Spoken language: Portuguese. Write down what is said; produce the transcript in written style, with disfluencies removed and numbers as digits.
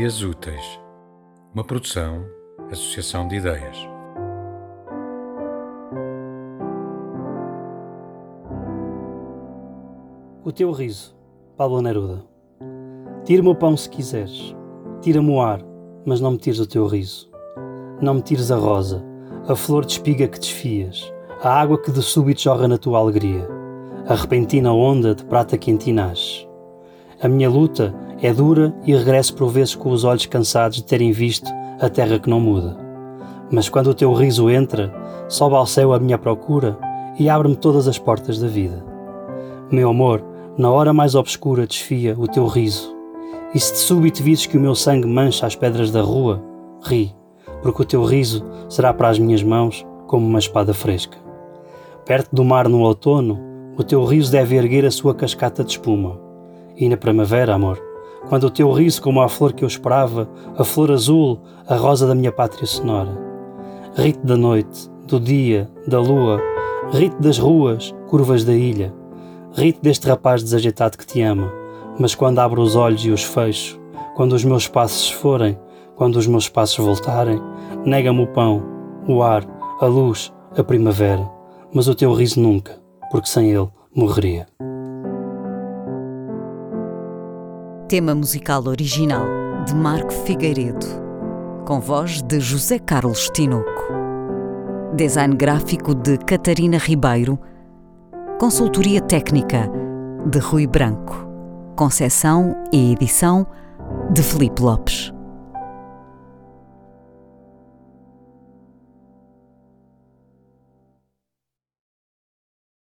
Dias Úteis, uma produção, associação de ideias. O teu riso, Pablo Neruda. Tira-me o pão se quiseres, tira-me o ar, mas não me tires o teu riso. Não me tires a rosa, a flor de espiga que desfias, a água que de súbito jorra na tua alegria, a repentina onda de prata que em ti nasce. A minha luta é dura e regresso por vezes com os olhos cansados de terem visto a terra que não muda. Mas quando o teu riso entra, sobe ao céu a minha procura e abre-me todas as portas da vida. Meu amor, na hora mais obscura desfia o teu riso, e se de súbito vises que o meu sangue mancha as pedras da rua, ri, porque o teu riso será para as minhas mãos como uma espada fresca. Perto do mar no outono, o teu riso deve erguer a sua cascata de espuma. E na primavera, amor, quando o teu riso como a flor que eu esperava, a flor azul, a rosa da minha pátria sonora. Ri-te da noite, do dia, da lua, ri-te das ruas, curvas da ilha. Ri-te deste rapaz desajeitado que te ama, mas quando abro os olhos e os fecho, quando os meus passos se forem, quando os meus passos voltarem, nega-me o pão, o ar, a luz, a primavera, mas o teu riso nunca, porque sem ele morreria. Tema musical original de Marco Figueiredo, com voz de José Carlos Tinoco. Design gráfico de Catarina Ribeiro. Consultoria técnica de Rui Branco. Conceção e edição de Filipe Lopes.